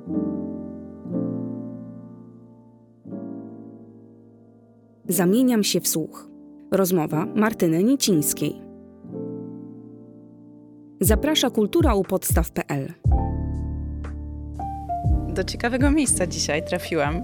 Zamieniam się w słuch. Rozmowa Martyny Nicińskiej. Zaprasza kultura-u-podstaw.pl. Do ciekawego miejsca dzisiaj trafiłam.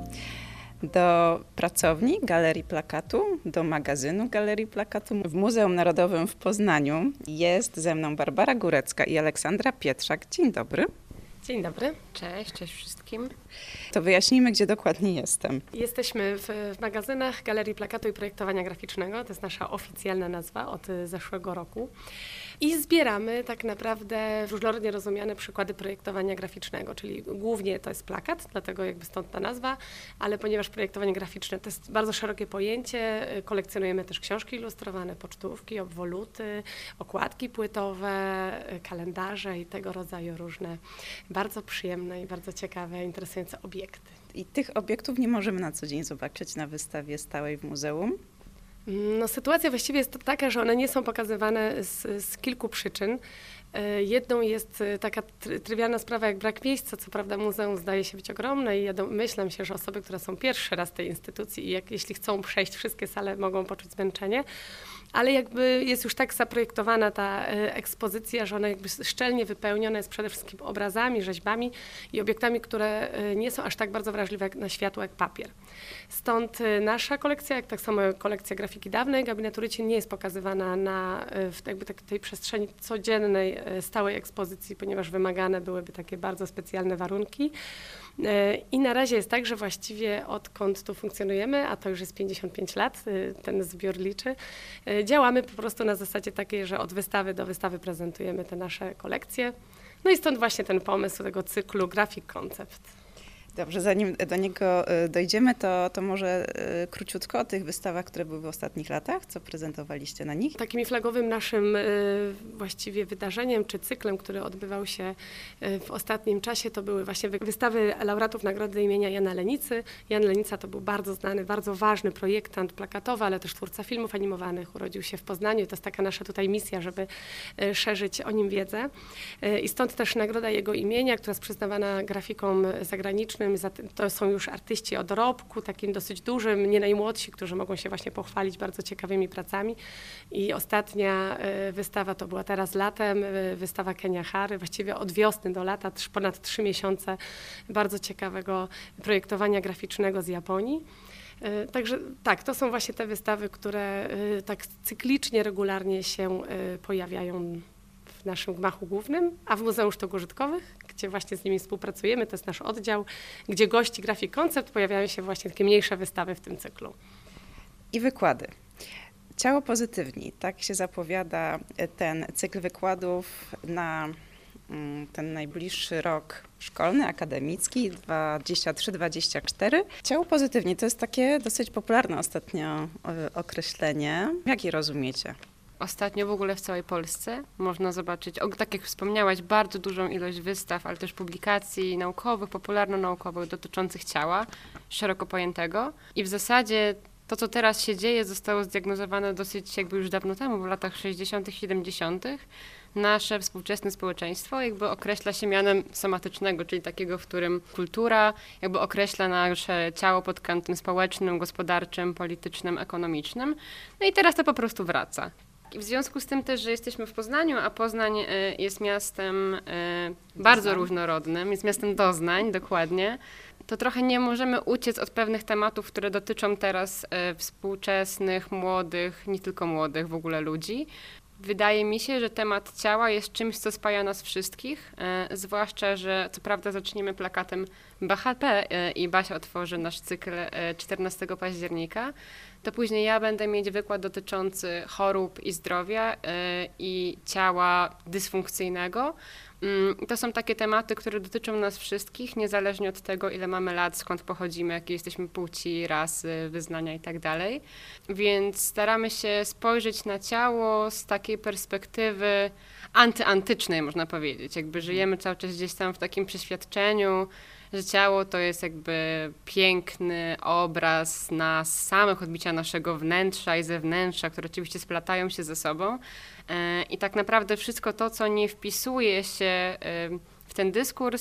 Do pracowni Galerii Plakatu, do magazynu Galerii Plakatu w Muzeum Narodowym w Poznaniu. Jest ze mną Barbara Górecka i Aleksandra Pietrzak. Dzień dobry. Dzień dobry. Cześć wszystkim. To wyjaśnijmy, gdzie dokładnie jestem. Jesteśmy w magazynach Galerii Plakatu i Projektowania Graficznego. To jest nasza oficjalna nazwa od zeszłego roku. I zbieramy tak naprawdę różnorodnie rozumiane przykłady projektowania graficznego, czyli głównie to jest plakat, dlatego jakby stąd ta nazwa, ale ponieważ projektowanie graficzne to jest bardzo szerokie pojęcie, kolekcjonujemy też książki ilustrowane, pocztówki, obwoluty, okładki płytowe, kalendarze i tego rodzaju różne bardzo przyjemne i bardzo ciekawe, interesujące obiekty. I tych obiektów nie możemy na co dzień zobaczyć na wystawie stałej w muzeum. No, sytuacja właściwie jest taka, że one nie są pokazywane z kilku przyczyn. Jedną jest taka trywialna sprawa jak brak miejsca, co prawda muzeum zdaje się być ogromne i myślę się, że osoby, które są pierwszy raz w tej instytucji i jeśli chcą przejść wszystkie sale, mogą poczuć zmęczenie, ale jakby jest już tak zaprojektowana ta ekspozycja, że ona jakby szczelnie wypełniona jest przede wszystkim obrazami, rzeźbami i obiektami, które nie są aż tak bardzo wrażliwe na światło jak papier. Stąd nasza kolekcja, jak tak samo kolekcja grafiki dawnej, gabinetu Rycin nie jest pokazywana w jakby tej przestrzeni codziennej, stałej ekspozycji, ponieważ wymagane byłyby takie bardzo specjalne warunki. I na razie jest tak, że właściwie odkąd tu funkcjonujemy, a to już jest 55 lat, ten zbiór liczy, działamy po prostu na zasadzie takiej, że od wystawy do wystawy prezentujemy te nasze kolekcje. No i stąd właśnie ten pomysł tego cyklu Graphic Concept. Dobrze, zanim do niego dojdziemy, to może króciutko o tych wystawach, które były w ostatnich latach, co prezentowaliście na nich? Takim flagowym naszym właściwie wydarzeniem czy cyklem, który odbywał się w ostatnim czasie, to były właśnie wystawy laureatów Nagrody imienia Jana Lenicy. Jan Lenica to był bardzo znany, bardzo ważny projektant plakatowy, ale też twórca filmów animowanych. Urodził się w Poznaniu i to jest taka nasza tutaj misja, żeby szerzyć o nim wiedzę. I stąd też nagroda jego imienia, która jest przyznawana grafikom zagranicznym. To są już artyści o dorobku, takim dosyć dużym, nie najmłodsi, którzy mogą się właśnie pochwalić bardzo ciekawymi pracami. I ostatnia wystawa to była teraz latem, wystawa Kenia Hary, właściwie od wiosny do lata, ponad 3 miesiące bardzo ciekawego projektowania graficznego z Japonii. Także tak, to są właśnie te wystawy, które tak cyklicznie, regularnie się pojawiają w naszym gmachu głównym, a w Muzeum Sztuk Użytkowych, gdzie właśnie z nimi współpracujemy, to jest nasz oddział, gdzie gości Graphic Concept, pojawiają się właśnie takie mniejsze wystawy w tym cyklu. I wykłady. Ciało pozytywni, tak się zapowiada ten cykl wykładów na ten najbliższy rok szkolny, akademicki, 23-24. Ciało pozytywni to jest takie dosyć popularne ostatnio określenie. Jak je rozumiecie? Ostatnio w ogóle w całej Polsce można zobaczyć, tak jak wspomniałaś, bardzo dużą ilość wystaw, ale też publikacji naukowych, popularno-naukowych dotyczących ciała, szeroko pojętego. I w zasadzie to, co teraz się dzieje, zostało zdiagnozowane dosyć jakby już dawno temu, w latach 60., 70. Nasze współczesne społeczeństwo jakby określa się mianem somatycznego, czyli takiego, w którym kultura jakby określa nasze ciało pod kątem społecznym, gospodarczym, politycznym, ekonomicznym. No i teraz to po prostu wraca. I w związku z tym też, że jesteśmy w Poznaniu, a Poznań jest miastem bardzo różnorodnym, jest miastem doznań, dokładnie, to trochę nie możemy uciec od pewnych tematów, które dotyczą teraz współczesnych, młodych, nie tylko młodych w ogóle ludzi. Wydaje mi się, że temat ciała jest czymś, co spaja nas wszystkich, zwłaszcza, że co prawda zaczniemy plakatem BHP i Basia otworzy nasz cykl 14 października, to później ja będę mieć wykład dotyczący chorób i zdrowia i ciała dysfunkcyjnego. To są takie tematy, które dotyczą nas wszystkich, niezależnie od tego, ile mamy lat, skąd pochodzimy, jakiej jesteśmy płci, rasy, wyznania i tak dalej. Więc staramy się spojrzeć na ciało z takiej perspektywy antyantycznej, można powiedzieć. Jakby żyjemy cały czas gdzieś tam w takim przeświadczeniu, że ciało to jest jakby piękny obraz nas samych, odbicia naszego wnętrza i zewnętrza, które oczywiście splatają się ze sobą. I tak naprawdę wszystko to, co nie wpisuje się w ten dyskurs, jest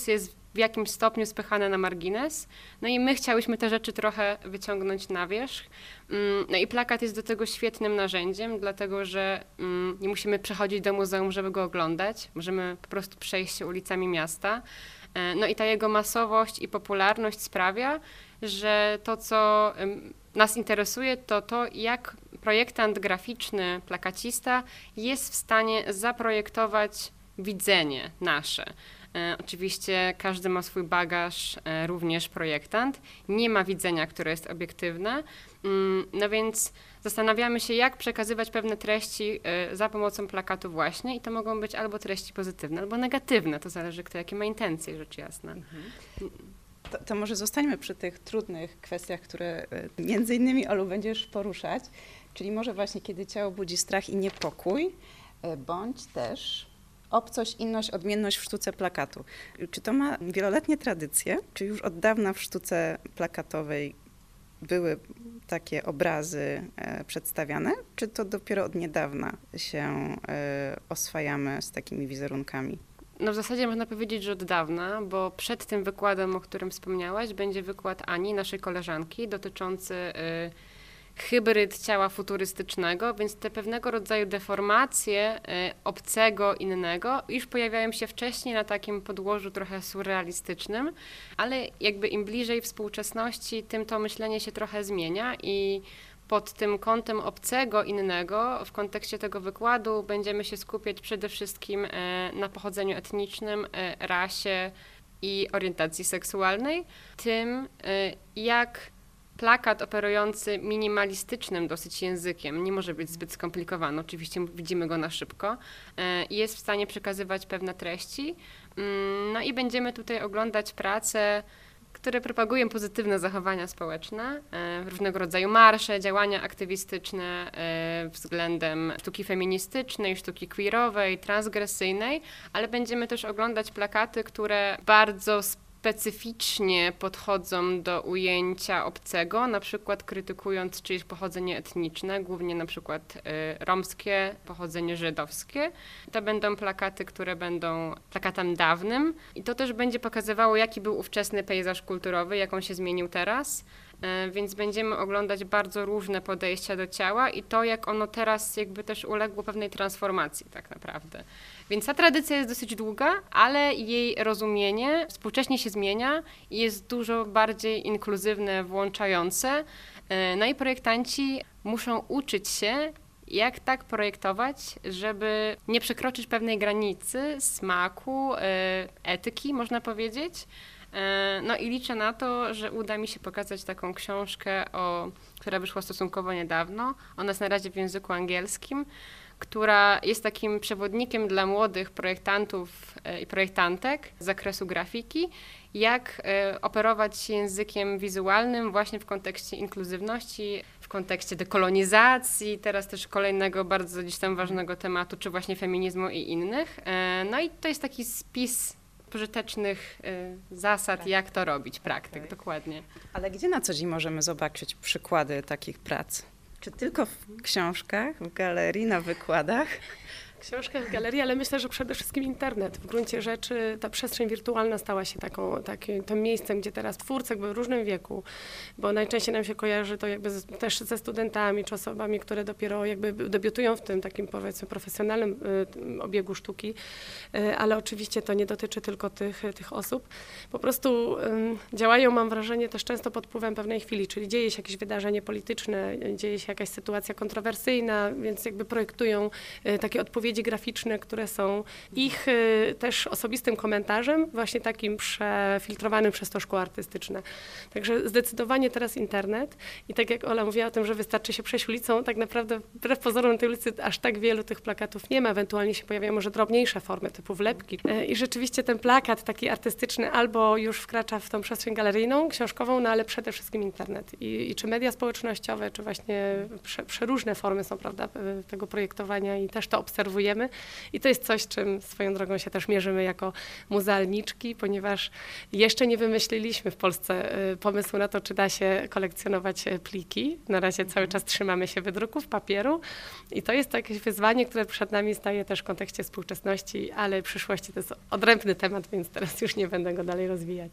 w jakimś stopniu spychane na margines. No i my chciałyśmy te rzeczy trochę wyciągnąć na wierzch. No i plakat jest do tego świetnym narzędziem, dlatego że nie musimy przechodzić do muzeum, żeby go oglądać. Możemy po prostu przejść się ulicami miasta. No i ta jego masowość i popularność sprawia, że to, co nas interesuje, to jak projektant graficzny, plakacista jest w stanie zaprojektować widzenie nasze. Oczywiście każdy ma swój bagaż, również projektant. Nie ma widzenia, które jest obiektywne. No więc zastanawiamy się, jak przekazywać pewne treści za pomocą plakatu właśnie i to mogą być albo treści pozytywne, albo negatywne. To zależy, kto jakie ma intencje, rzecz jasna. To może zostańmy przy tych trudnych kwestiach, które między innymi, Olu, będziesz poruszać, czyli może właśnie kiedy ciało budzi strach i niepokój, bądź też obcość, inność, odmienność w sztuce plakatu. Czy to ma wieloletnie tradycje? Czy już od dawna w sztuce plakatowej były takie obrazy przedstawiane? Czy to dopiero od niedawna się oswajamy z takimi wizerunkami? No w zasadzie można powiedzieć, że od dawna, bo przed tym wykładem, o którym wspomniałaś, będzie wykład Ani, naszej koleżanki, dotyczący hybryd ciała futurystycznego, więc te pewnego rodzaju deformacje obcego, innego już pojawiają się wcześniej na takim podłożu trochę surrealistycznym, ale jakby im bliżej współczesności, tym to myślenie się trochę zmienia i pod tym kątem obcego, innego, w kontekście tego wykładu będziemy się skupiać przede wszystkim na pochodzeniu etnicznym, rasie i orientacji seksualnej, tym jak plakat operujący minimalistycznym dosyć językiem, nie może być zbyt skomplikowany, oczywiście widzimy go na szybko, jest w stanie przekazywać pewne treści. No i będziemy tutaj oglądać prace, które propagują pozytywne zachowania społeczne, różnego rodzaju marsze, działania aktywistyczne względem sztuki feministycznej, sztuki queerowej, transgresyjnej, ale będziemy też oglądać plakaty, które bardzo specyficznie podchodzą do ujęcia obcego, na przykład krytykując czyjeś pochodzenie etniczne, głównie na przykład romskie, pochodzenie żydowskie. To będą plakaty, które będą plakatem dawnym i to też będzie pokazywało, jaki był ówczesny pejzaż kulturowy, jak on się zmienił teraz. Więc będziemy oglądać bardzo różne podejścia do ciała i to, jak ono teraz jakby też uległo pewnej transformacji tak naprawdę. Więc ta tradycja jest dosyć długa, ale jej rozumienie współcześnie się zmienia i jest dużo bardziej inkluzywne, włączające. No i projektanci muszą uczyć się, jak tak projektować, żeby nie przekroczyć pewnej granicy smaku, etyki, można powiedzieć. No i liczę na to, że uda mi się pokazać taką książkę, która wyszła stosunkowo niedawno. Ona jest na razie w języku angielskim, która jest takim przewodnikiem dla młodych projektantów i projektantek z zakresu grafiki, jak operować językiem wizualnym właśnie w kontekście inkluzywności, w kontekście dekolonizacji, teraz też kolejnego bardzo gdzieś tam ważnego tematu, czy właśnie feminizmu i innych. No i to jest taki spis pożytecznych zasad, jak to robić, praktyk, dokładnie. Ale gdzie na co dzień możemy zobaczyć przykłady takich prac? Czy tylko w książkach, w galerii, na wykładach? Książkę w galerii, ale myślę, że przede wszystkim internet. W gruncie rzeczy ta przestrzeń wirtualna stała się tym miejscem, gdzie teraz twórcy jakby w różnym wieku, bo najczęściej nam się kojarzy to jakby też ze studentami czy osobami, które dopiero jakby debiutują w tym takim powiedzmy profesjonalnym obiegu sztuki, ale oczywiście to nie dotyczy tylko tych osób. Po prostu działają, mam wrażenie, też często pod wpływem pewnej chwili, czyli dzieje się jakieś wydarzenie polityczne, dzieje się jakaś sytuacja kontrowersyjna, więc jakby projektują takie odpowiedzi graficzne, które są ich też osobistym komentarzem, właśnie takim przefiltrowanym przez to szkło artystyczne. Także zdecydowanie teraz internet i tak jak Ola mówiła o tym, że wystarczy się przejść ulicą, tak naprawdę wbrew pozorom na tej ulicy aż tak wielu tych plakatów nie ma, ewentualnie się pojawiają może drobniejsze formy typu wlepki. I rzeczywiście ten plakat taki artystyczny albo już wkracza w tą przestrzeń galeryjną, książkową, no ale przede wszystkim internet. I czy media społecznościowe, czy właśnie przeróżne formy są, prawda, tego projektowania i też to obserwujemy obserwujemy i to jest coś, czym swoją drogą się też mierzymy jako muzealniczki, ponieważ jeszcze nie wymyśliliśmy w Polsce pomysłu na to, czy da się kolekcjonować pliki. Na razie cały czas trzymamy się wydruków papieru i to jest jakieś wyzwanie, które przed nami staje też w kontekście współczesności, ale w przyszłości to jest odrębny temat, więc teraz już nie będę go dalej rozwijać.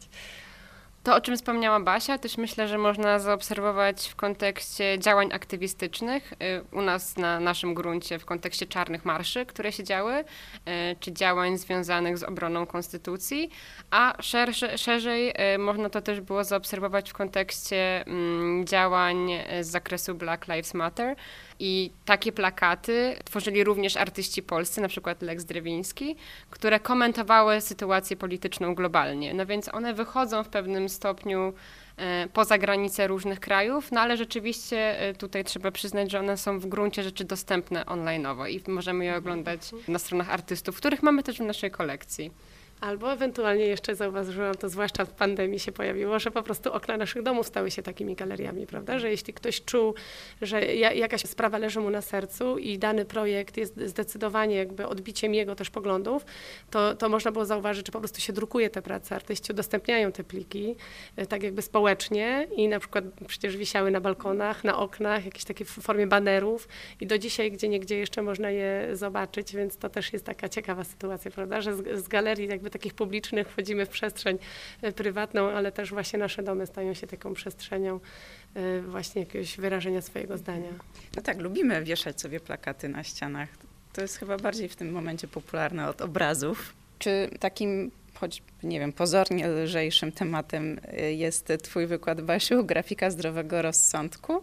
To, o czym wspomniała Basia, też myślę, że można zaobserwować w kontekście działań aktywistycznych u nas na naszym gruncie, w kontekście czarnych marszy, które się działy, czy działań związanych z obroną konstytucji, a szerzej można to też było zaobserwować w kontekście działań z zakresu Black Lives Matter. I takie plakaty tworzyli również artyści polscy, na przykład Lex Drewiński, które komentowały sytuację polityczną globalnie. No więc one wychodzą w pewnym stopniu poza granice różnych krajów, no ale rzeczywiście tutaj trzeba przyznać, że one są w gruncie rzeczy dostępne online'owo i możemy je oglądać na stronach artystów, których mamy też w naszej kolekcji. Albo ewentualnie jeszcze zauważyłam, to zwłaszcza w pandemii się pojawiło, że po prostu okna naszych domów stały się takimi galeriami, prawda? Że jeśli ktoś czuł, że jakaś sprawa leży mu na sercu i dany projekt jest zdecydowanie jakby odbiciem jego też poglądów, to można było zauważyć, że po prostu się drukuje te prace, artyści udostępniają te pliki tak jakby społecznie i na przykład przecież wisiały na balkonach, na oknach, jakieś takie w formie banerów i do dzisiaj gdzieniegdzie jeszcze można je zobaczyć, więc to też jest taka ciekawa sytuacja, prawda? Że z galerii jakby takich publicznych wchodzimy w przestrzeń prywatną, ale też właśnie nasze domy stają się taką przestrzenią właśnie jakiegoś wyrażenia swojego zdania. No tak, lubimy wieszać sobie plakaty na ścianach. To jest chyba bardziej w tym momencie popularne od obrazów. Czy takim, choć nie wiem, pozornie lżejszym tematem jest twój wykład, Basiu, grafika zdrowego rozsądku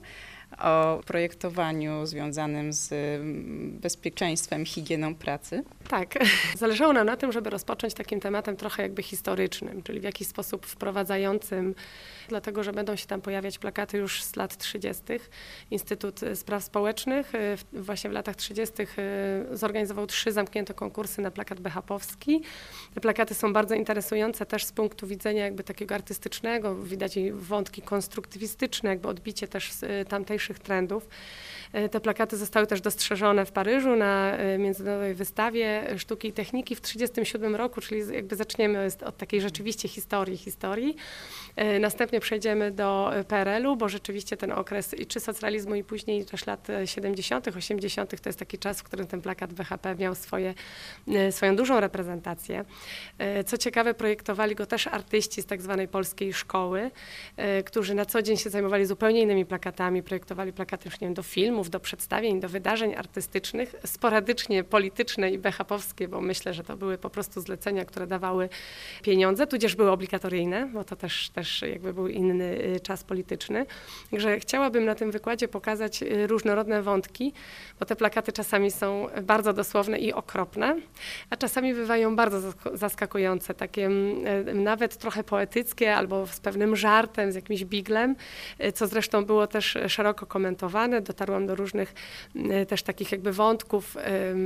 o projektowaniu związanym z bezpieczeństwem, higieną pracy? Tak. Zależało nam na tym, żeby rozpocząć takim tematem trochę jakby historycznym, czyli w jakiś sposób wprowadzającym, dlatego że będą się tam pojawiać plakaty już z lat 30. Instytut Spraw Społecznych właśnie w latach 30. zorganizował 3 zamknięte konkursy na plakat BHP-owski. Te plakaty są bardzo interesujące też z punktu widzenia jakby takiego artystycznego, widać wątki konstruktywistyczne, jakby odbicie też z tamtejszych trendów. Te plakaty zostały też dostrzeżone w Paryżu na międzynarodowej wystawie sztuki i techniki w 1937 roku, czyli jakby zaczniemy od takiej rzeczywiście historii. Następnie przejdziemy do PRL-u, bo rzeczywiście ten okres czy socjalizmu i później też lat 70., 80. to jest taki czas, w którym ten plakat BHP miał swoją dużą reprezentację. Co ciekawe, projektowali go też artyści z tak zwanej polskiej szkoły, którzy na co dzień się zajmowali zupełnie innymi plakatami, projektowali plakaty już nie wiem, do filmów, do przedstawień, do wydarzeń artystycznych, sporadycznie polityczne i BHP-owskie, bo myślę, że to były po prostu zlecenia, które dawały pieniądze, tudzież były obligatoryjne, bo to też jakby był inny czas polityczny. Także chciałabym na tym wykładzie pokazać różnorodne wątki, bo te plakaty czasami są bardzo dosłowne i okropne, a czasami bywają bardzo zaskakujące, takie nawet trochę poetyckie albo z pewnym żartem, z jakimś biglem, co zresztą było też szeroko komentowane. Dotarłam do różnych też takich jakby wątków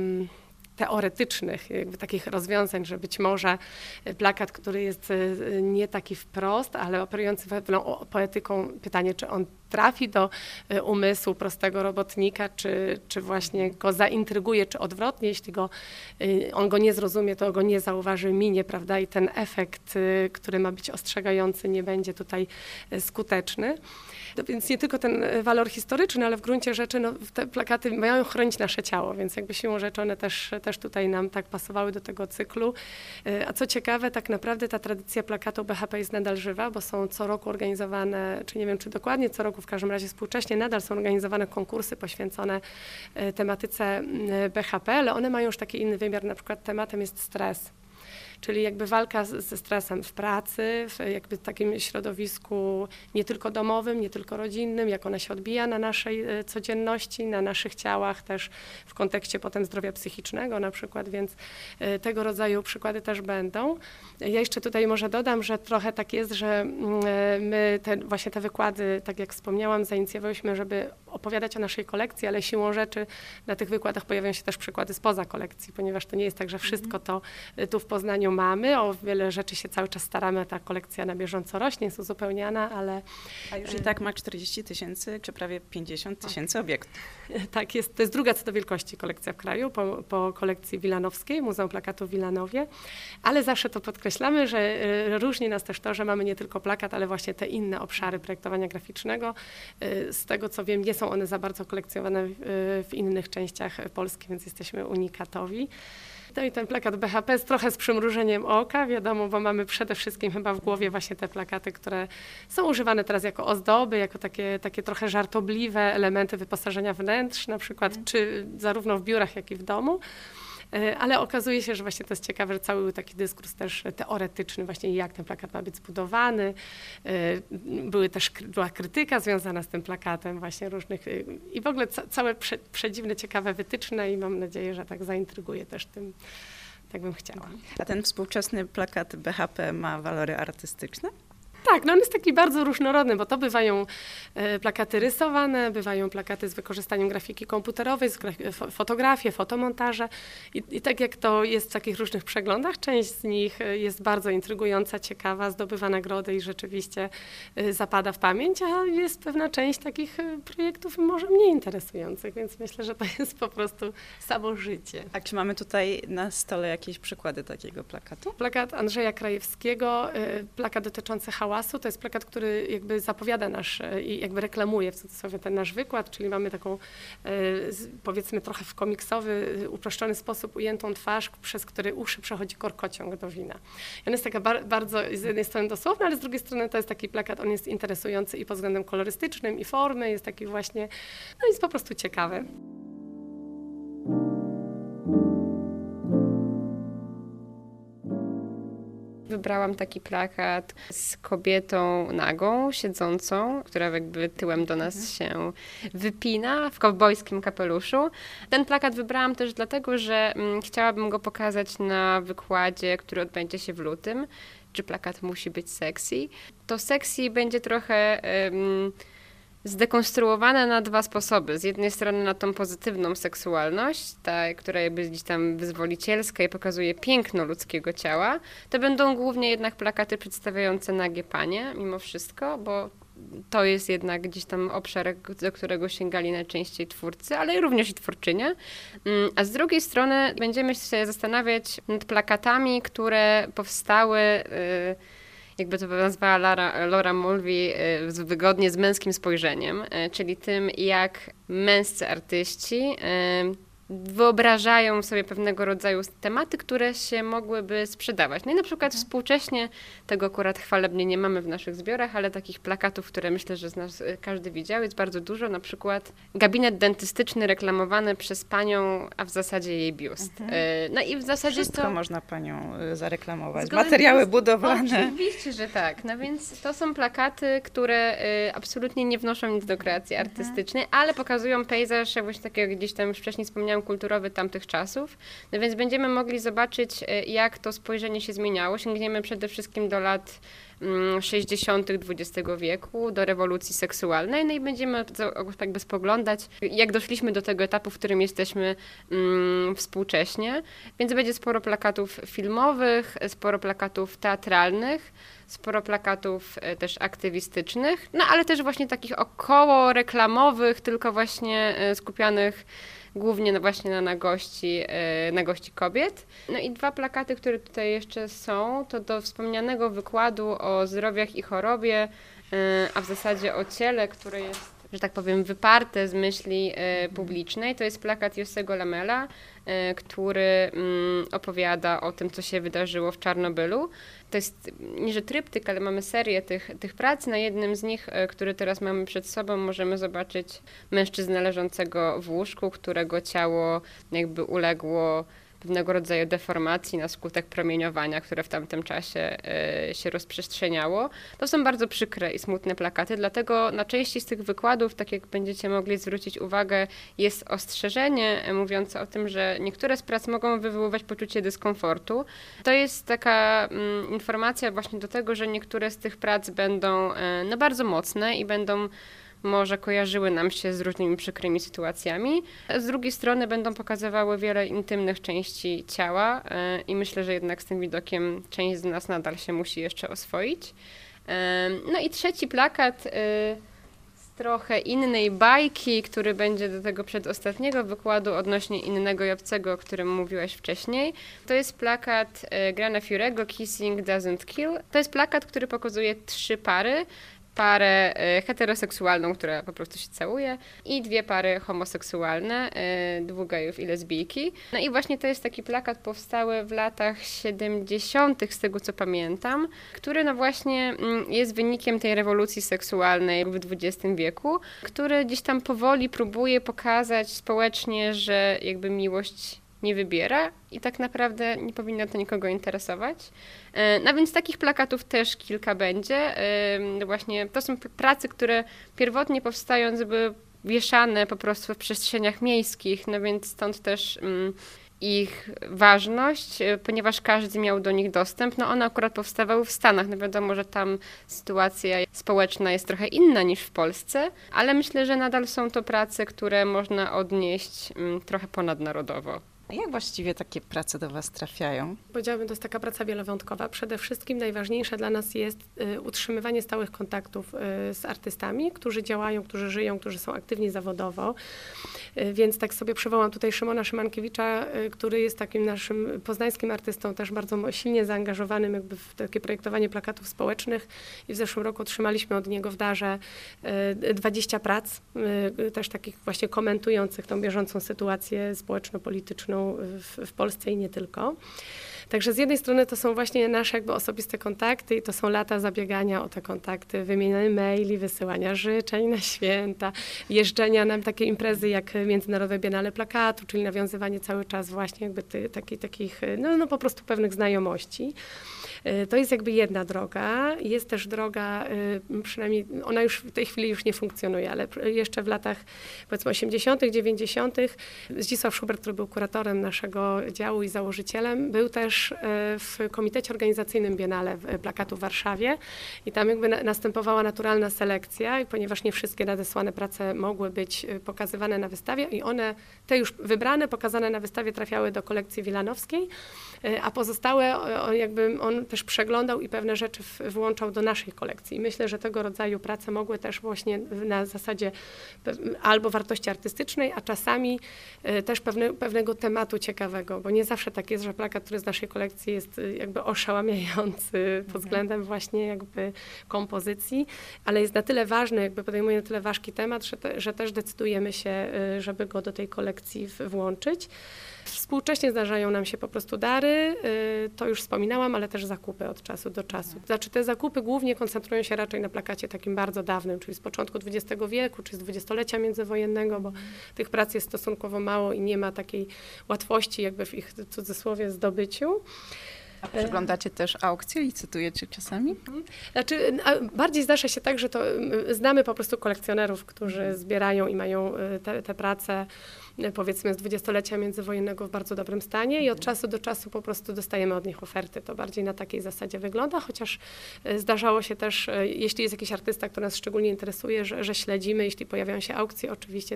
teoretycznych, jakby takich rozwiązań, że być może plakat, który jest nie taki wprost, ale operujący pewną poetyką, pytanie, czy on trafi do umysłu prostego robotnika, czy właśnie go zaintryguje, czy odwrotnie, jeśli on go nie zrozumie, to go nie zauważy, minie, prawda, i ten efekt, który ma być ostrzegający, nie będzie tutaj skuteczny. No więc nie tylko ten walor historyczny, ale w gruncie rzeczy te plakaty mają chronić nasze ciało, więc jakby siłą rzeczy one też tutaj nam tak pasowały do tego cyklu. A co ciekawe, tak naprawdę ta tradycja plakatu BHP jest nadal żywa, bo są co roku organizowane, czy nie wiem, czy dokładnie co roku, w każdym razie współcześnie nadal są organizowane konkursy poświęcone tematyce BHP, ale one mają już taki inny wymiar, na przykład tematem jest stres. Czyli jakby walka ze stresem w pracy, w jakby takim środowisku nie tylko domowym, nie tylko rodzinnym, jak ona się odbija na naszej codzienności, na naszych ciałach, też w kontekście potem zdrowia psychicznego na przykład, więc tego rodzaju przykłady też będą. Ja jeszcze tutaj może dodam, że trochę tak jest, że my właśnie te wykłady, tak jak wspomniałam, zainicjowałyśmy, żeby opowiadać o naszej kolekcji, ale siłą rzeczy na tych wykładach pojawiają się też przykłady spoza kolekcji, ponieważ to nie jest tak, że wszystko to tu w Poznaniu odpowiednio mamy. O wiele rzeczy się cały czas staramy, ta kolekcja na bieżąco rośnie, jest uzupełniana, ale... A już i tak ma 40 000 czy prawie 50 000 obiektów. Tak, to jest druga co do wielkości kolekcja w kraju, po kolekcji wilanowskiej, Muzeum Plakatu w Wilanowie, ale zawsze to podkreślamy, że różni nas też to, że mamy nie tylko plakat, ale właśnie te inne obszary projektowania graficznego. Z tego co wiem, nie są one za bardzo kolekcjonowane w innych częściach Polski, więc jesteśmy unikatowi. No i ten plakat BHP jest trochę z przymrużeniem oka, wiadomo, bo mamy przede wszystkim chyba w głowie właśnie te plakaty, które są używane teraz jako ozdoby, jako takie trochę żartobliwe elementy wyposażenia wnętrz, na przykład, czy zarówno w biurach, jak i w domu. Ale okazuje się, że właśnie to jest ciekawe, że cały taki dyskurs też teoretyczny, właśnie jak ten plakat ma być zbudowany. Była krytyka związana z tym plakatem właśnie różnych i w ogóle całe przedziwne, ciekawe wytyczne i mam nadzieję, że tak zaintryguje też tym, tak bym chciała. A ten współczesny plakat BHP ma walory artystyczne? Tak, no on jest taki bardzo różnorodny, bo to bywają plakaty rysowane, bywają plakaty z wykorzystaniem grafiki komputerowej, fotografie, fotomontaże i tak jak to jest w takich różnych przeglądach, część z nich jest bardzo intrygująca, ciekawa, zdobywa nagrody i rzeczywiście zapada w pamięć, a jest pewna część takich projektów może mniej interesujących, więc myślę, że to jest po prostu samo życie. A czy mamy tutaj na stole jakieś przykłady takiego plakatu? Plakat Andrzeja Krajewskiego, plakat dotyczący hałasu, to jest plakat, który jakby zapowiada i jakby reklamuje w cudzysłowie ten nasz wykład, czyli mamy taką powiedzmy trochę w komiksowy, uproszczony sposób ujętą twarz, przez który uszy przechodzi korkociąg do wina. I on jest taka bardzo z jednej strony dosłowna, ale z drugiej strony to jest taki plakat, on jest interesujący i pod względem kolorystycznym i formy, jest taki właśnie, no jest po prostu ciekawy. Wybrałam taki plakat z kobietą nagą, siedzącą, która jakby tyłem do nas się wypina w kowbojskim kapeluszu. Ten plakat wybrałam też dlatego, że chciałabym go pokazać na wykładzie, który odbędzie się w lutym. Czy plakat musi być sexy? To sexy będzie trochę zdekonstruowane na dwa sposoby. Z jednej strony na tą pozytywną seksualność, ta, która jakby gdzieś tam wyzwolicielska i pokazuje piękno ludzkiego ciała. To będą głównie jednak plakaty przedstawiające nagie panie, mimo wszystko, bo to jest jednak gdzieś tam obszar, do którego sięgali najczęściej twórcy, ale również i twórczynie. A z drugiej strony będziemy się zastanawiać nad plakatami, które powstały jakby to nazwała Laura Mulvey, wygodnie z męskim spojrzeniem, czyli tym, jak męscy artyści wyobrażają sobie pewnego rodzaju tematy, które się mogłyby sprzedawać. No i na przykład współcześnie, tego akurat chwalebnie nie mamy w naszych zbiorach, ale takich plakatów, które myślę, że z nas każdy widział, jest bardzo dużo. Na przykład gabinet dentystyczny reklamowany przez panią, a w zasadzie jej biust. No i w zasadzie wszystko można panią zareklamować. Materiały budowlane. Oczywiście, że tak. No więc to są plakaty, które absolutnie nie wnoszą nic do kreacji artystycznej, ale pokazują pejzaż, jak właśnie takiego gdzieś tam już wcześniej wspomniałam, kulturowy tamtych czasów. No więc będziemy mogli zobaczyć, jak to spojrzenie się zmieniało. Sięgniemy przede wszystkim do lat 60. XX wieku, do rewolucji seksualnej, no i będziemy jakby spoglądać, jak doszliśmy do tego etapu, w którym jesteśmy współcześnie. Więc będzie sporo plakatów filmowych, sporo plakatów teatralnych, sporo plakatów też aktywistycznych, no ale też właśnie takich około reklamowych, tylko właśnie skupianych głównie właśnie na nagości kobiet. No i dwa plakaty, które tutaj jeszcze są, to do wspomnianego wykładu o zdrowiach i chorobie, a w zasadzie o ciele, które jest, że tak powiem, wyparte z myśli publicznej. To jest plakat Jossego Lamela, który opowiada o tym, co się wydarzyło w Czarnobylu. To jest nie że tryptyk, ale mamy serię tych prac. Na jednym z nich, który teraz mamy przed sobą, możemy zobaczyć mężczyznę leżącego w łóżku, którego ciało jakby uległo pewnego rodzaju deformacji na skutek promieniowania, które w tamtym czasie się rozprzestrzeniało. To są bardzo przykre i smutne plakaty, dlatego na części z tych wykładów, tak jak będziecie mogli zwrócić uwagę, jest ostrzeżenie mówiące o tym, że niektóre z prac mogą wywoływać poczucie dyskomfortu. To jest taka informacja właśnie do tego, że niektóre z tych prac będą bardzo mocne i będą może kojarzyły nam się z różnymi przykrymi sytuacjami. Z drugiej strony będą pokazywały wiele intymnych części ciała i myślę, że jednak z tym widokiem część z nas nadal się musi jeszcze oswoić. No i trzeci plakat z trochę innej bajki, który będzie do tego przedostatniego wykładu odnośnie innego i obcego, o którym mówiłaś wcześniej. To jest plakat Grana Furego, Kissing Doesn't Kill. To jest plakat, który pokazuje 3 pary. Parę heteroseksualną, która po prostu się całuje i 2 pary homoseksualne, 2 gejów i lesbijki. No i właśnie to jest taki plakat powstały w latach 70., z tego co pamiętam, który no właśnie jest wynikiem tej rewolucji seksualnej w XX wieku, który gdzieś tam powoli próbuje pokazać społecznie, że jakby miłość nie wybiera i tak naprawdę nie powinno to nikogo interesować. No więc takich plakatów też kilka będzie. Właśnie to są prace, które pierwotnie powstając były wieszane po prostu w przestrzeniach miejskich, no więc stąd też ich ważność, ponieważ każdy miał do nich dostęp. No one akurat powstawały w Stanach. No wiadomo, że tam sytuacja społeczna jest trochę inna niż w Polsce, ale myślę, że nadal są to prace, które można odnieść trochę ponadnarodowo. A jak właściwie takie prace do Was trafiają? Powiedziałabym, to jest taka praca wielowątkowa. Przede wszystkim najważniejsze dla nas jest utrzymywanie stałych kontaktów z artystami, którzy działają, którzy żyją, którzy są aktywni zawodowo. Więc tak sobie przywołam tutaj Szymona Szymankiewicza, który jest takim naszym poznańskim artystą, też bardzo silnie zaangażowanym jakby w takie projektowanie plakatów społecznych. I w zeszłym roku otrzymaliśmy od niego w darze 20 prac, też takich właśnie komentujących tą bieżącą sytuację społeczno-polityczną w Polsce i nie tylko. Także z jednej strony to są właśnie nasze jakby osobiste kontakty i to są lata zabiegania o te kontakty, wymiany maili, wysyłania życzeń na święta, jeżdżenia na takie imprezy jak Międzynarodowe Biennale Plakatu, czyli nawiązywanie cały czas właśnie jakby takich no po prostu pewnych znajomości. To jest jakby jedna droga. Jest też droga, przynajmniej ona już w tej chwili już nie funkcjonuje, ale jeszcze w latach powiedzmy 80., 90. Zdzisław Schubert, który był kuratorem naszego działu i założycielem, był też w komitecie organizacyjnym Biennale Plakatu w Warszawie i tam jakby następowała naturalna selekcja i ponieważ nie wszystkie nadesłane prace mogły być pokazywane na wystawie i one, te już wybrane, pokazane na wystawie trafiały do kolekcji wilanowskiej, a pozostałe jakby on też przeglądał i pewne rzeczy włączał do naszej kolekcji. I myślę, że tego rodzaju prace mogły też właśnie na zasadzie albo wartości artystycznej, a czasami też pewnego tematu ciekawego, bo nie zawsze tak jest, że plakat, który z naszej kolekcji jest jakby oszałamiający pod względem właśnie jakby kompozycji, ale jest na tyle ważny, jakby podejmuje na tyle ważki temat, że też decydujemy się, żeby go do tej kolekcji włączyć. Współcześnie zdarzają nam się po prostu dary, to już wspominałam, ale też zakupy od czasu do czasu. Znaczy te zakupy głównie koncentrują się raczej na plakacie takim bardzo dawnym, czyli z początku XX wieku, czy z dwudziestolecia międzywojennego, bo tych prac jest stosunkowo mało i nie ma takiej łatwości jakby w ich, w cudzysłowie, zdobyciu. A przeglądacie też aukcje, licytujecie czasami? Znaczy, bardziej zdarza się tak, że to znamy po prostu kolekcjonerów, którzy zbierają i mają te prace powiedzmy z dwudziestolecia międzywojennego w bardzo dobrym stanie i od czasu do czasu po prostu dostajemy od nich oferty. To bardziej na takiej zasadzie wygląda, chociaż zdarzało się też, jeśli jest jakiś artysta, który nas szczególnie interesuje, że śledzimy, jeśli pojawiają się aukcje, oczywiście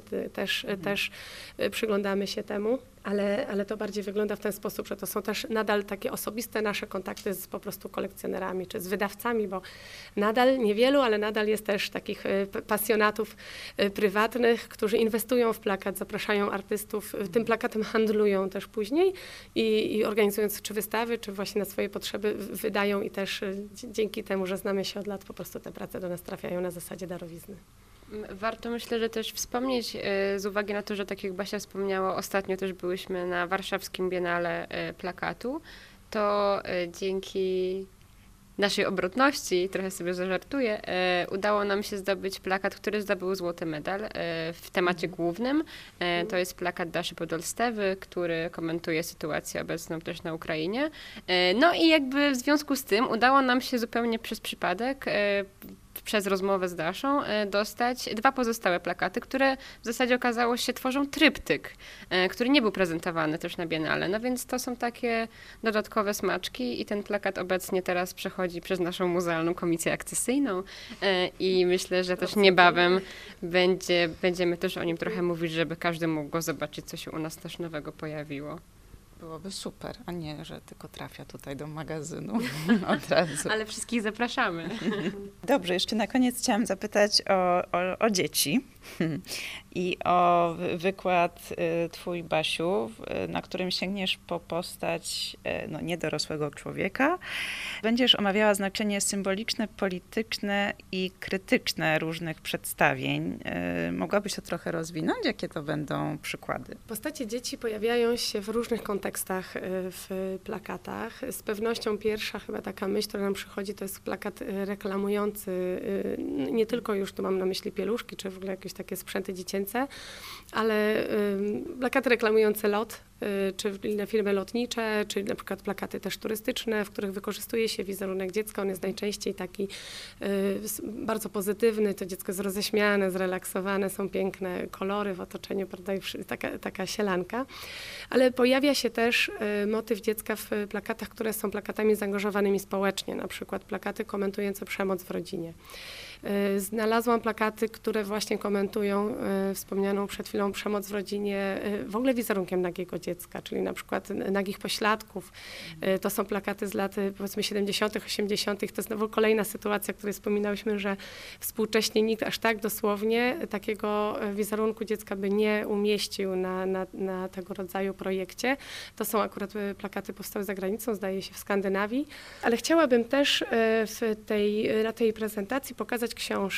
też przyglądamy się temu. Ale to bardziej wygląda w ten sposób, że to są też nadal takie osobiste nasze kontakty z po prostu kolekcjonerami czy z wydawcami, bo nadal niewielu, ale nadal jest też takich pasjonatów prywatnych, którzy inwestują w plakat, zapraszają artystów, tym plakatem handlują też później i organizując czy wystawy, czy właśnie na swoje potrzeby wydają i też dzięki temu, że znamy się od lat, po prostu te prace do nas trafiają na zasadzie darowizny. Warto myślę, że też wspomnieć z uwagi na to, że tak jak Basia wspomniała, ostatnio też byłyśmy na warszawskim Biennale Plakatu, to dzięki naszej obrotności, trochę sobie zażartuję, udało nam się zdobyć plakat, który zdobył złoty medal w temacie głównym. To jest plakat Daszy Podolstewy, który komentuje sytuację obecną też na Ukrainie. No i jakby w związku z tym udało nam się zupełnie przez przypadek przez rozmowę z Daszą dostać 2 pozostałe plakaty, które w zasadzie okazało się tworzą tryptyk, który nie był prezentowany też na Biennale. No więc to są takie dodatkowe smaczki i ten plakat obecnie teraz przechodzi przez naszą muzealną komisję akcesyjną i myślę, że też niebawem będziemy też o nim trochę mówić, żeby każdy mógł go zobaczyć, co się u nas też nowego pojawiło. Byłoby super, a nie, że tylko trafia tutaj do magazynu od razu. Ale wszystkich zapraszamy. Dobrze, jeszcze na koniec chciałam zapytać o dzieci i o wykład twój, Basiu, na którym sięgniesz po postać niedorosłego człowieka. Będziesz omawiała znaczenie symboliczne, polityczne i krytyczne różnych przedstawień. Mogłabyś to trochę rozwinąć? Jakie to będą przykłady? Postacie dzieci pojawiają się w różnych kontekstach w plakatach. Z pewnością pierwsza chyba taka myśl, która nam przychodzi, to jest plakat reklamujący, nie tylko już tu mam na myśli pieluszki, czy w ogóle jakieś takie sprzęty dziecięce, ale plakaty reklamujące lot, czy inne firmy lotnicze, czy na przykład plakaty też turystyczne, w których wykorzystuje się wizerunek dziecka. On jest najczęściej taki bardzo pozytywny, to dziecko jest roześmiane, zrelaksowane, są piękne kolory w otoczeniu, prawda, i taka sielanka. Ale pojawia się też motyw dziecka w plakatach, które są plakatami zaangażowanymi społecznie, na przykład plakaty komentujące przemoc w rodzinie. Znalazłam plakaty, które właśnie komentują wspomnianą przed chwilą przemoc w rodzinie, w ogóle wizerunkiem nagiego dziecka, czyli na przykład nagich pośladków. To są plakaty z lat powiedzmy 70., 80. To jest znowu kolejna sytuacja, o której wspominałyśmy, że współcześnie nikt aż tak dosłownie takiego wizerunku dziecka by nie umieścił na tego rodzaju projekcie. To są akurat plakaty powstałe za granicą, zdaje się w Skandynawii. Ale chciałabym też na tej prezentacji pokazać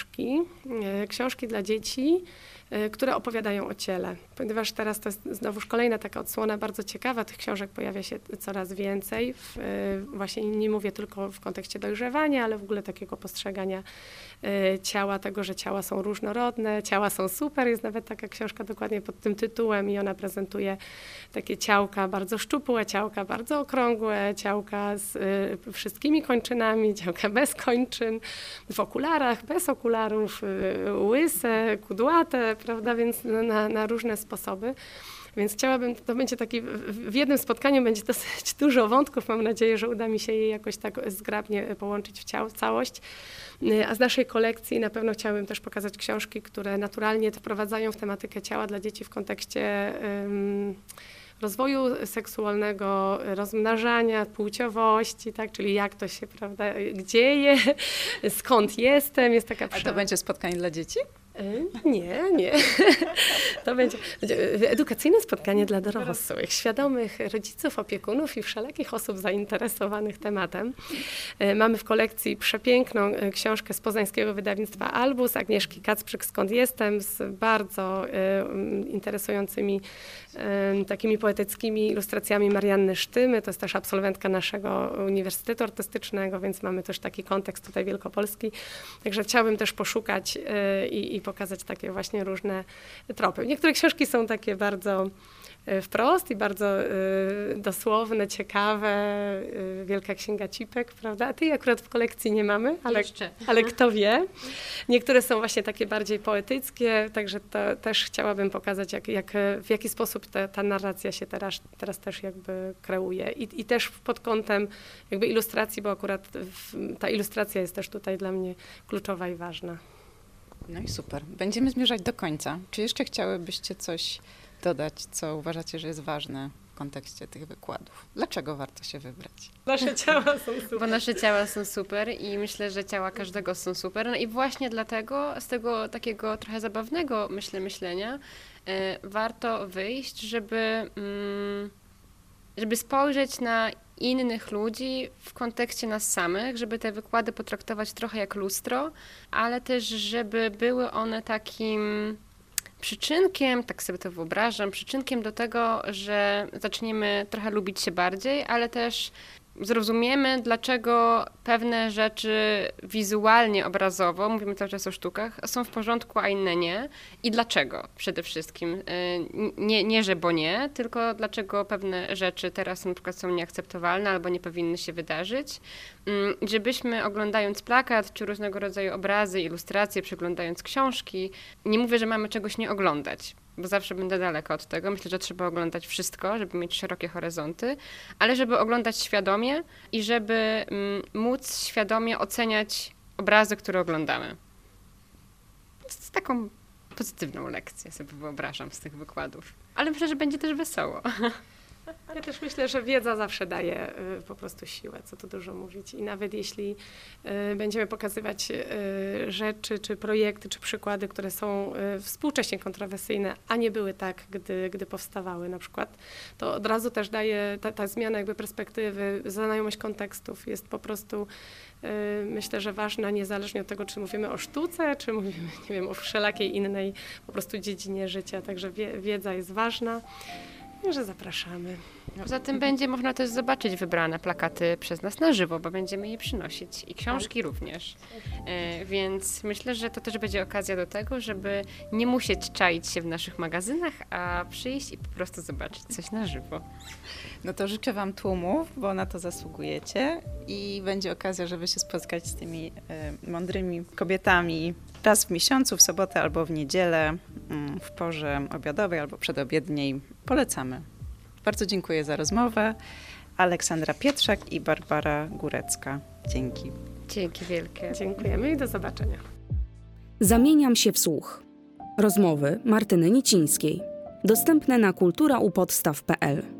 książki dla dzieci, które opowiadają o ciele. Ponieważ teraz to jest znowuż kolejna taka odsłona bardzo ciekawa, tych książek pojawia się coraz więcej. Właśnie nie mówię tylko w kontekście dojrzewania, ale w ogóle takiego postrzegania ciała, tego, że ciała są różnorodne, ciała są super. Jest nawet taka książka dokładnie pod tym tytułem i ona prezentuje takie ciałka bardzo szczupłe, ciałka bardzo okrągłe, ciałka z wszystkimi kończynami, ciałka bez kończyn, w okularach, bez okularów, łyse, kudłate, prawda, więc na różne sposoby. Więc chciałabym, to będzie taki, w jednym spotkaniu będzie dosyć dużo wątków, mam nadzieję, że uda mi się je jakoś tak zgrabnie połączyć w całość. A z naszej kolekcji na pewno chciałabym też pokazać książki, które naturalnie wprowadzają w tematykę ciała dla dzieci w kontekście rozwoju seksualnego, rozmnażania, płciowości, tak, czyli jak to się, prawda, dzieje, skąd jestem, jest taka... A to będzie spotkanie dla dzieci? Nie. To będzie edukacyjne spotkanie dla dorosłych, świadomych rodziców, opiekunów i wszelakich osób zainteresowanych tematem. Mamy w kolekcji przepiękną książkę z poznańskiego wydawnictwa Albus, Agnieszki Kacprzyk, Skąd jestem, z bardzo interesującymi takimi poetyckimi ilustracjami Marianny Sztymy. To jest też absolwentka naszego Uniwersytetu Artystycznego, więc mamy też taki kontekst tutaj wielkopolski. Także chciałabym też poszukać i pokazać takie właśnie różne tropy. Niektóre książki są takie bardzo wprost i bardzo dosłowne, ciekawe. Wielka Księga Cipek, prawda? A tej akurat w kolekcji nie mamy, ale kto wie. Niektóre są właśnie takie bardziej poetyckie, także to też chciałabym pokazać, w jaki sposób ta narracja się teraz też jakby kreuje. I też pod kątem jakby ilustracji, bo akurat ta ilustracja jest też tutaj dla mnie kluczowa i ważna. No i super. Będziemy zmierzać do końca. Czy jeszcze chciałybyście coś dodać, co uważacie, że jest ważne w kontekście tych wykładów? Dlaczego warto się wybrać? Nasze ciała są super. Bo nasze ciała są super i myślę, że ciała każdego są super. No i właśnie dlatego z tego takiego trochę zabawnego myślenia warto wyjść, żeby spojrzeć na innych ludzi w kontekście nas samych, żeby te wykłady potraktować trochę jak lustro, ale też, żeby były one takim przyczynkiem, tak sobie to wyobrażam, przyczynkiem do tego, że zaczniemy trochę lubić się bardziej, ale też zrozumiemy, dlaczego pewne rzeczy wizualnie, obrazowo, mówimy cały czas o sztukach, są w porządku, a inne nie. I dlaczego przede wszystkim. Nie, że bo nie, tylko dlaczego pewne rzeczy teraz na przykład są nieakceptowalne albo nie powinny się wydarzyć. Żebyśmy oglądając plakat, czy różnego rodzaju obrazy, ilustracje, przeglądając książki, nie mówię, że mamy czegoś nie oglądać, bo zawsze będę daleka od tego. Myślę, że trzeba oglądać wszystko, żeby mieć szerokie horyzonty, ale żeby oglądać świadomie i żeby móc świadomie oceniać obrazy, które oglądamy. Z taką pozytywną lekcję sobie wyobrażam z tych wykładów. Ale myślę, że będzie też wesoło. Ja też myślę, że wiedza zawsze daje po prostu siłę, co tu dużo mówić. I nawet jeśli będziemy pokazywać rzeczy, czy projekty, czy przykłady, które są współcześnie kontrowersyjne, a nie były tak, gdy powstawały na przykład, to od razu też daje ta zmiana jakby perspektywy, znajomość kontekstów jest po prostu, myślę, że ważna, niezależnie od tego, czy mówimy o sztuce, czy mówimy, nie wiem, o wszelakiej innej po prostu dziedzinie życia. Także wiedza jest ważna. Że zapraszamy. Poza tym będzie można też zobaczyć wybrane plakaty przez nas na żywo, bo będziemy je przynosić i książki również. Więc myślę, że to też będzie okazja do tego, żeby nie musieć czaić się w naszych magazynach, a przyjść i po prostu zobaczyć coś na żywo. No to życzę Wam tłumów, bo na to zasługujecie i będzie okazja, żeby się spotkać z tymi mądrymi kobietami raz w miesiącu, w sobotę albo w niedzielę, w porze obiadowej albo przedobiedniej. Polecamy. Bardzo dziękuję za rozmowę. Aleksandra Pietrzak i Barbara Górecka. Dzięki. Dzięki wielkie. Dziękujemy i do zobaczenia. Zamieniam się w słuch. Rozmowy Martyny Nicińskiej. Dostępne na kulturaupodstaw.pl